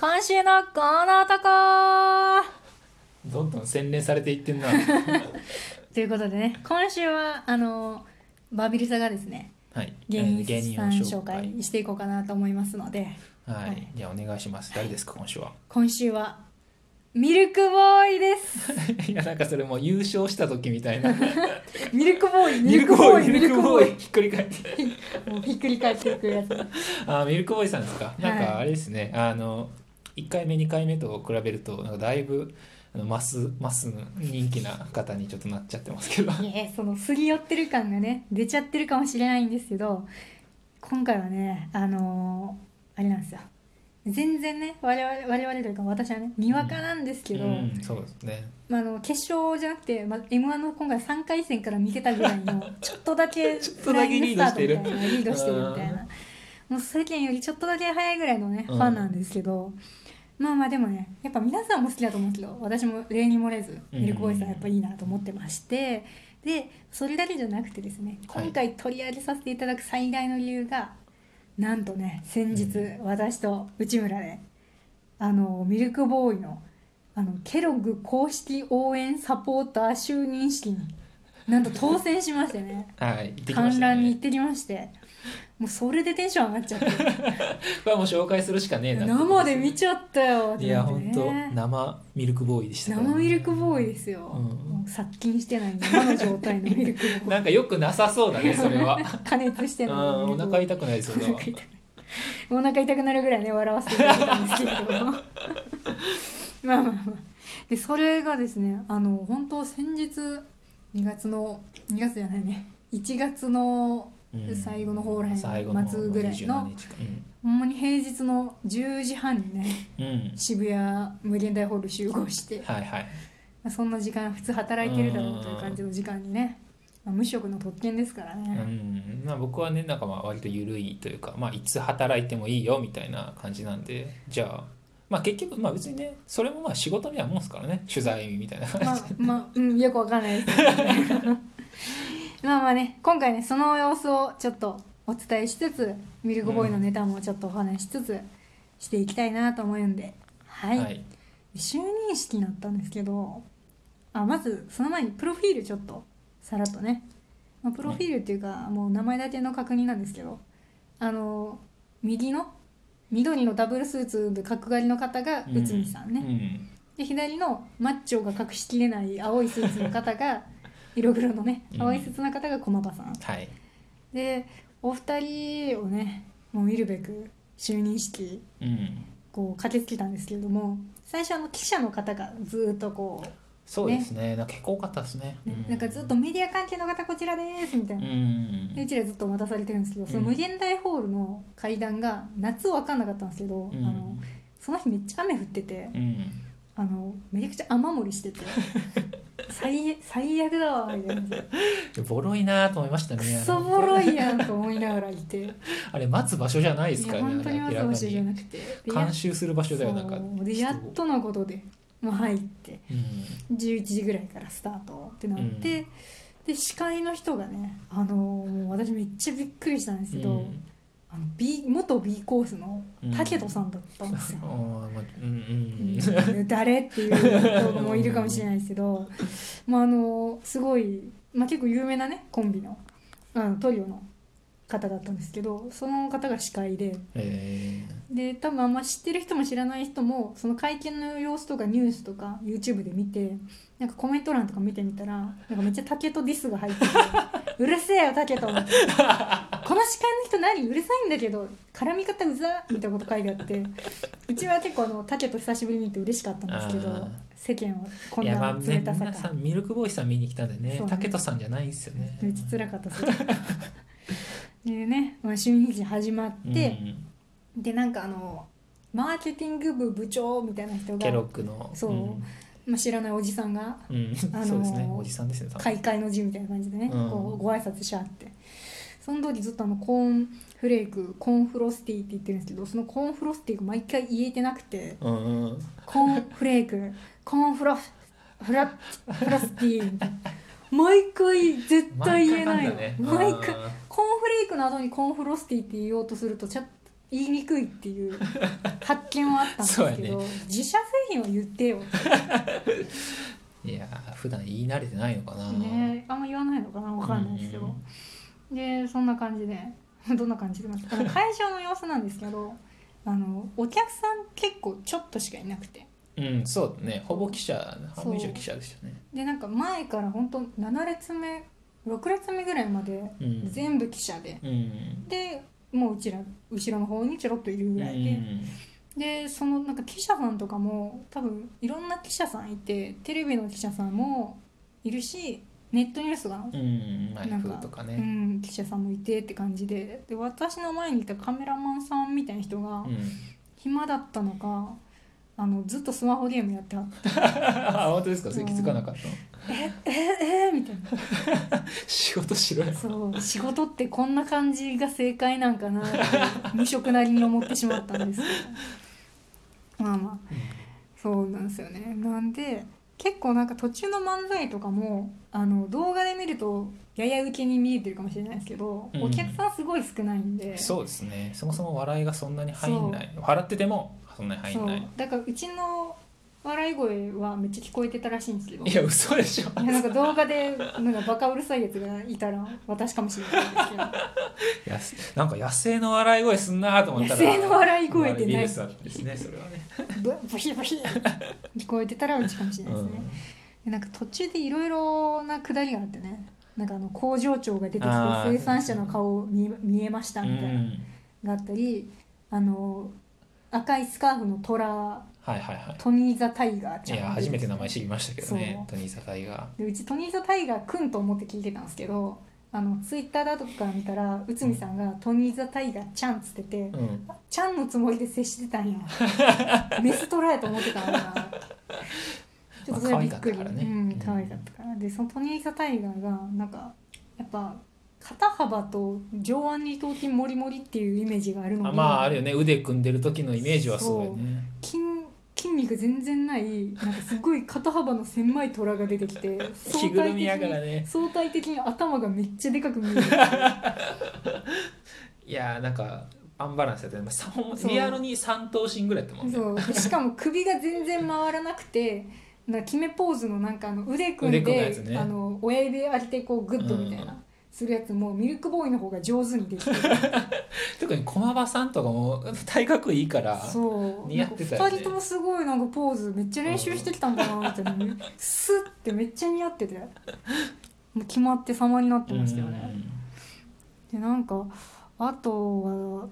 今週のこの男どんどん洗練されていってんなということでね、今週はバビルサがですね、 はい、 芸人さん紹紹介介していこうかなと思いますので、 はい、 はい、 じゃあお願いします。誰ですか今週は？ 今週はミルクボーイですいやなんかそれもう優勝した時みたいなミルクボーイミルクボーイひっくり返ってもうひっくり返っていくやつミルクボーイさんですか。なんかあれですね、1回目2回目と比べるとなんかだいぶマス人気な方にちょっとなっちゃってますけどそのすり寄ってる感がね出ちゃってるかもしれないんですけど、今回はねあれなんですよ、全然ね我々というか私はねにわかなんですけど、 そうですね、 決勝じゃなくて、M1 の今回3回戦から見てたぐらいのちょっとだけフライングスタートみたいなリードしてるみたいな、もう世間よりちょっとだけ早いぐらいのね、ファンなんですけど、まあでもねやっぱ皆さんも好きだと思うんですけど、私も例に漏れずミルクボーイさんやっぱいいなと思ってまして、でそれだけじゃなくてですね、今回取り上げさせていただく最大の理由が、なんとね先日、私と内村でミルクボーイのケロッグ公式応援サポーター就任式になんと当選しましてねはい、 観覧に行ってきまして、もうそれでテンション上がっちゃってこれはもう紹介するしかねえな生で見ちゃったよっていやなってね、 本当生ミルクボーイでしたから、 生ミルクボーイですよ、もう殺菌してない生の状態のミルクボーイなんかよくなさそうだねそれは加熱してないお腹痛くないですよね。 お腹痛くなるぐらいね笑わせていただいたんですけどまあでそれがですね本当先日2月じゃないね1月の最後の方らへん末ぐらいの、ほんまに平日の10時半にね、渋谷無限大ホール集合して、そんな時間普通働いてるだろうという感じの時間にね、無職の特権ですからね、 僕はねなんか割と緩いというか、いつ働いてもいいよみたいな感じなんで、じゃあ結局別にねそれも仕事みたいなもんですからね、取材みたいな感じでよくわかんないですけどねね今回ねその様子をちょっとお伝えしつつ、ミルクボーイのネタもちょっとお話しつつしていきたいなと思うんで、就任式になったんですけど、まずその前にプロフィールちょっとさらっとね、プロフィールっていうかもう名前だけの確認なんですけど、右の緑のダブルスーツで角刈りの方が内海さんね、で左のマッチョが隠しきれない青いスーツの方が色黒のね青いスーツの方が駒場さん、でお二人をねもう見るべく就任式、こう駆けつけたんですけれども、最初記者の方がずっとこうそうですね、なんか結構多かったですね、 なんかずっとメディア関係の方こちらですみたいな、でうちらずっと待たされてるんですけど、その無限大ホールの階段が夏分かんなかったんですけど、その日めっちゃ雨降ってて、めちゃくちゃ雨漏りしてて最悪だわみたいなボロいなと思いましたね。 クソボロいやんと思いながらいてあれ待つ場所じゃないですからね。 本当に待つ場所じゃなくて監修する場所だよ。なんかでやっとのことでもう入って、11時ぐらいからスタートってなって、で司会の人がねもう私めっちゃびっくりしたんですけど、元 B コースの武人さんだったんですよ、誰っていう人もいるかもしれないですけどすごい、結構有名なねコンビのトリオの方だったんですけど、その方が司会で、で多分あんま知ってる人も知らない人もその会見の様子とかニュースとか YouTube で見て、なんかコメント欄とか見てみたらなんかめっちゃ竹とディスが入っててうるせえよ竹と思ってこの司会の人何うるさいんだけど絡み方うざみたいなこと書いてあって、うちは結構竹と久しぶりに見て嬉しかったんですけど、世間はこんな冷たさか、 皆さんミルクボーイさん見に来たんでね、竹とさんじゃないんですよね。 めっちゃ辛かったですでね、就任式始まって、でなんかマーケティング部部長みたいな人がケロッグの知らないおじさんが、 そうですね、おじさんですね、 開会の字みたいな感じでね、こうご挨拶しあって、その時ずっとコーンフレークコーンフロスティーって言ってるんですけど、そのコーンフロスティーが毎回言えてなくて、コーンフレークコーンフロスティーみたいな毎回絶対言えないの、毎回コーンフレークの後にコーンフロスティーって言おうとすると言いにくいっていう発見はあったんですけど、 ね、 自社製品は言ってよいや普段言い慣れてないのかなね、あんま言わないのかな、わかんないですけど、でそんな感じでどんな感じで会場の様子なんですけどお客さん結構ちょっとしかいなくて、 そうね、ほぼ記者、半分以上記者でしたね。 でなんか前から本当7列目6列目ぐらいまで全部記者で、でもううちら後ろの方にちょろっといるぐらいで、でそのなんか記者さんとかも多分いろんな記者さんいて、テレビの記者さんもいるし、ネットニュースがなんかとかね、 記者さんもいてって感じで、私の前にいたカメラマンさんみたいな人が暇だったのかずっとスマホゲームやってはった本当ですか？それ気づかなかったの？ みたいな仕事しろよ。 そう仕事ってこんな感じが正解なんかなって無職なりに思ってしまったんですけどまあそうなんですよね。なんで結構なんか途中の漫才とかも動画で見るとやや受けに見えてるかもしれないですけど、お客さんすごい少ないんで、 そうですね、そもそも笑いがそんなに入んない、払っててもそんなに入んない。 そうだからうちの笑い声はめっちゃ聞こえてたらしいんですけど、 いや嘘でしょ。 いやなんか動画でなんかバカうるさいやつがいたら私かもしれないですけどなんか野生の笑い声すんなと思ったら、 野生の笑い声ってないですね、それはね。 ブヒブヒ聞こえてたらうちかもしれないですね、でなんか途中でいろいろなくだりがあってね、なんか工場長が出てきて生産者の顔見えましたみたいながあったり、赤いスカーフの虎、トニー・ザ・タイガーちゃん、 いや初めて名前知りましたけどね、トニー・ザ・タイガー。 でうちトニー・ザ・タイガーくんと思って聞いてたんですけど、ツイッターだとか見たら内海さんがトニー・ザ・タイガーちゃんっつってて、ちゃんのつもりで接してたんやメストラやと思ってたのかなちょっとそれびっくり、可愛かったからで、そのトニー・ザ・タイガーがなんかやっぱ肩幅と上腕二頭筋モリモリっていうイメージがあるのに、 あるよね、腕組んでる時のイメージはすごいね。 筋肉全然ないなんかすごい肩幅の狭い虎が出てきて着ぐるみやからね、 相対的に頭がめっちゃでかく見えるいやなんかアンバランスやったね、リアルに3頭身ぐらいやったもんね。 そうしかも首が全然回らなくて、なんか決めポーズのなんか腕組んで、ね、親指当ててこうグッドみたいな、するやつもミルクボーイの方が上手にできてる特に駒場さんとかも体格いいから似合ってたよね。 2人ともすごいなんかポーズめっちゃ練習してきたんだなって、スッてめっちゃ似合っててもう決まって様になってましたよね。でなんかあとは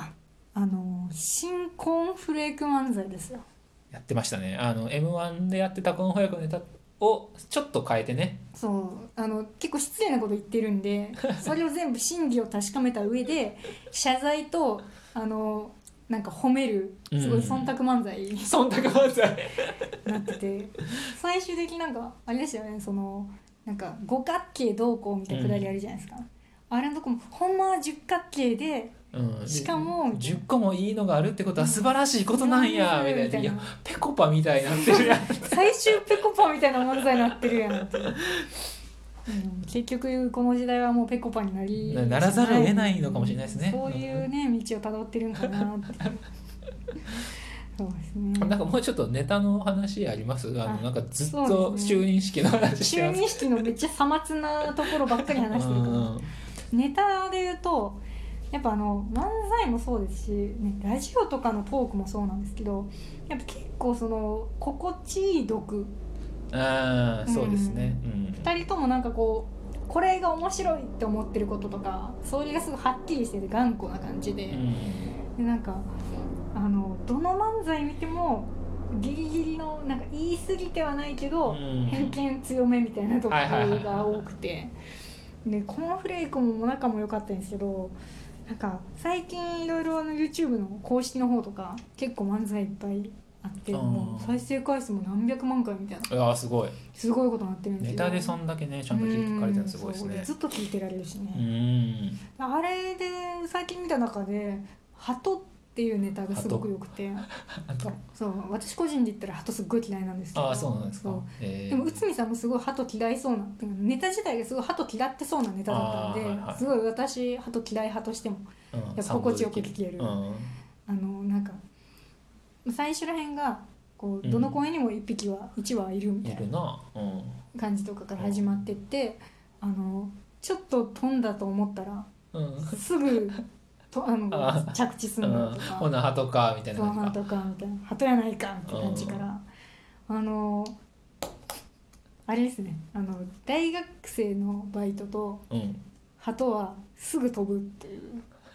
新コーンフレーク漫才ですよ。 やってましたね。M1 でやってたコーンフレークのネタをちょっと変えてね。 そう結構失礼なこと言ってるんでそれを全部真偽を確かめた上で謝罪となんか褒めるすごい忖度漫才忖度漫才なってて、最終的になんかあれですよね、なんか五角形どうこうみたいなくだりあるじゃないですか、あれのとこもほんまは十角形で、しかも 10個もいいのがあるってことは素晴らしいことなんやみたいな、いやペコパみたいになってるやん最終ペコパみたいな漫才になってるやんって結局この時代はもうペコパにならざるを得ないのかもしれないですね。 そういうね道をたどってるんかなってそうですね。 なんかもうちょっとネタの話あります？なんかずっと就任式の話してます。 就任式のめっちゃさまつなところばっかり話してるからネタで言うとやっぱ漫才もそうですし、ね、ラジオとかのトークもそうなんですけど、やっぱ結構心地いい毒、 そうですね、 2人ともなんかこれが面白いって思ってることとか、それがすごいはっきりしてて頑固な感じで、でなんかどの漫才見てもギリギリのなんか言い過ぎてはないけど、偏見強めみたいなところが多くて、でコーンフレークも仲も良かったんですけど、なんか最近いろいろYouTube の公式の方とか結構漫才いっぱいあって、もう再生回数も何百万回みたいな、 すごいことになってるんですけど、 ネタでそんだけねちゃんと聞いてかれてるのすごいですね。 ずっと聞いてられるしね。あれで最近見た中でハトっっていうネタがすごく良くて、そう私個人で言ったら鳩すっごい嫌いなんですけど、 ああそうなんですか。 でも内海さんもすごい鳩嫌いそうな、ネタ自体がすごい鳩嫌ってそうなネタだったんで、 はいはい、 すごい私鳩嫌い派としてもやっぱ心地よく聞ける、なんか最初らへんがこうどの公園にも1羽はいるみたいな感じとかから始まってって、ちょっと飛んだと思ったら、すぐと着地すんだとか、 ほな鳩かみたいな感じか、鳩かみたいな、鳩やないかって感じから、あれですね、大学生のバイトと鳩はすぐ飛ぶっていう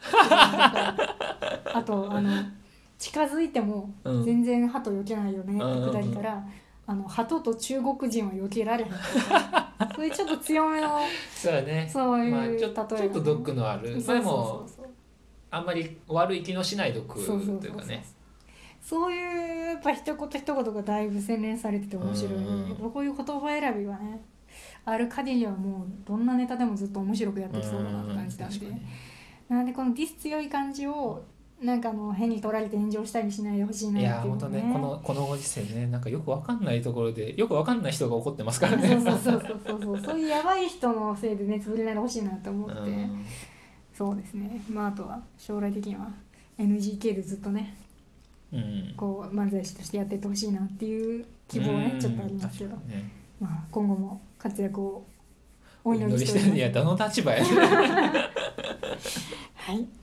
あと近づいても全然鳩避けないよねってくだりから、鳩と中国人は避けられへんとかそういうちょっと強めのそうね、 そういう、例えちょっと毒のある、でもあんまり悪い気のしない毒というかね、 そういうやっぱ一言一言がだいぶ洗練されてて面白い、こういう言葉選びはねある限りはもうどんなネタでもずっと面白くやってきそうだなって感じたんで、なんでこのディス強い感じをなんか変に取られて炎上したりしないでほしいなっていうのね。いや本当ね、このご時世ね、なんかよくわかんないところでよくわかんない人が怒ってますからね。 そういうやばい人のせいでね潰れないでほしいなと思って、そうですね。あとは将来的には NGK でずっとね、こう漫才師としてやってってほしいなっていう希望はねちょっとありますけど、今後も活躍をお祈りしております。 いやどの立場やね。 はい。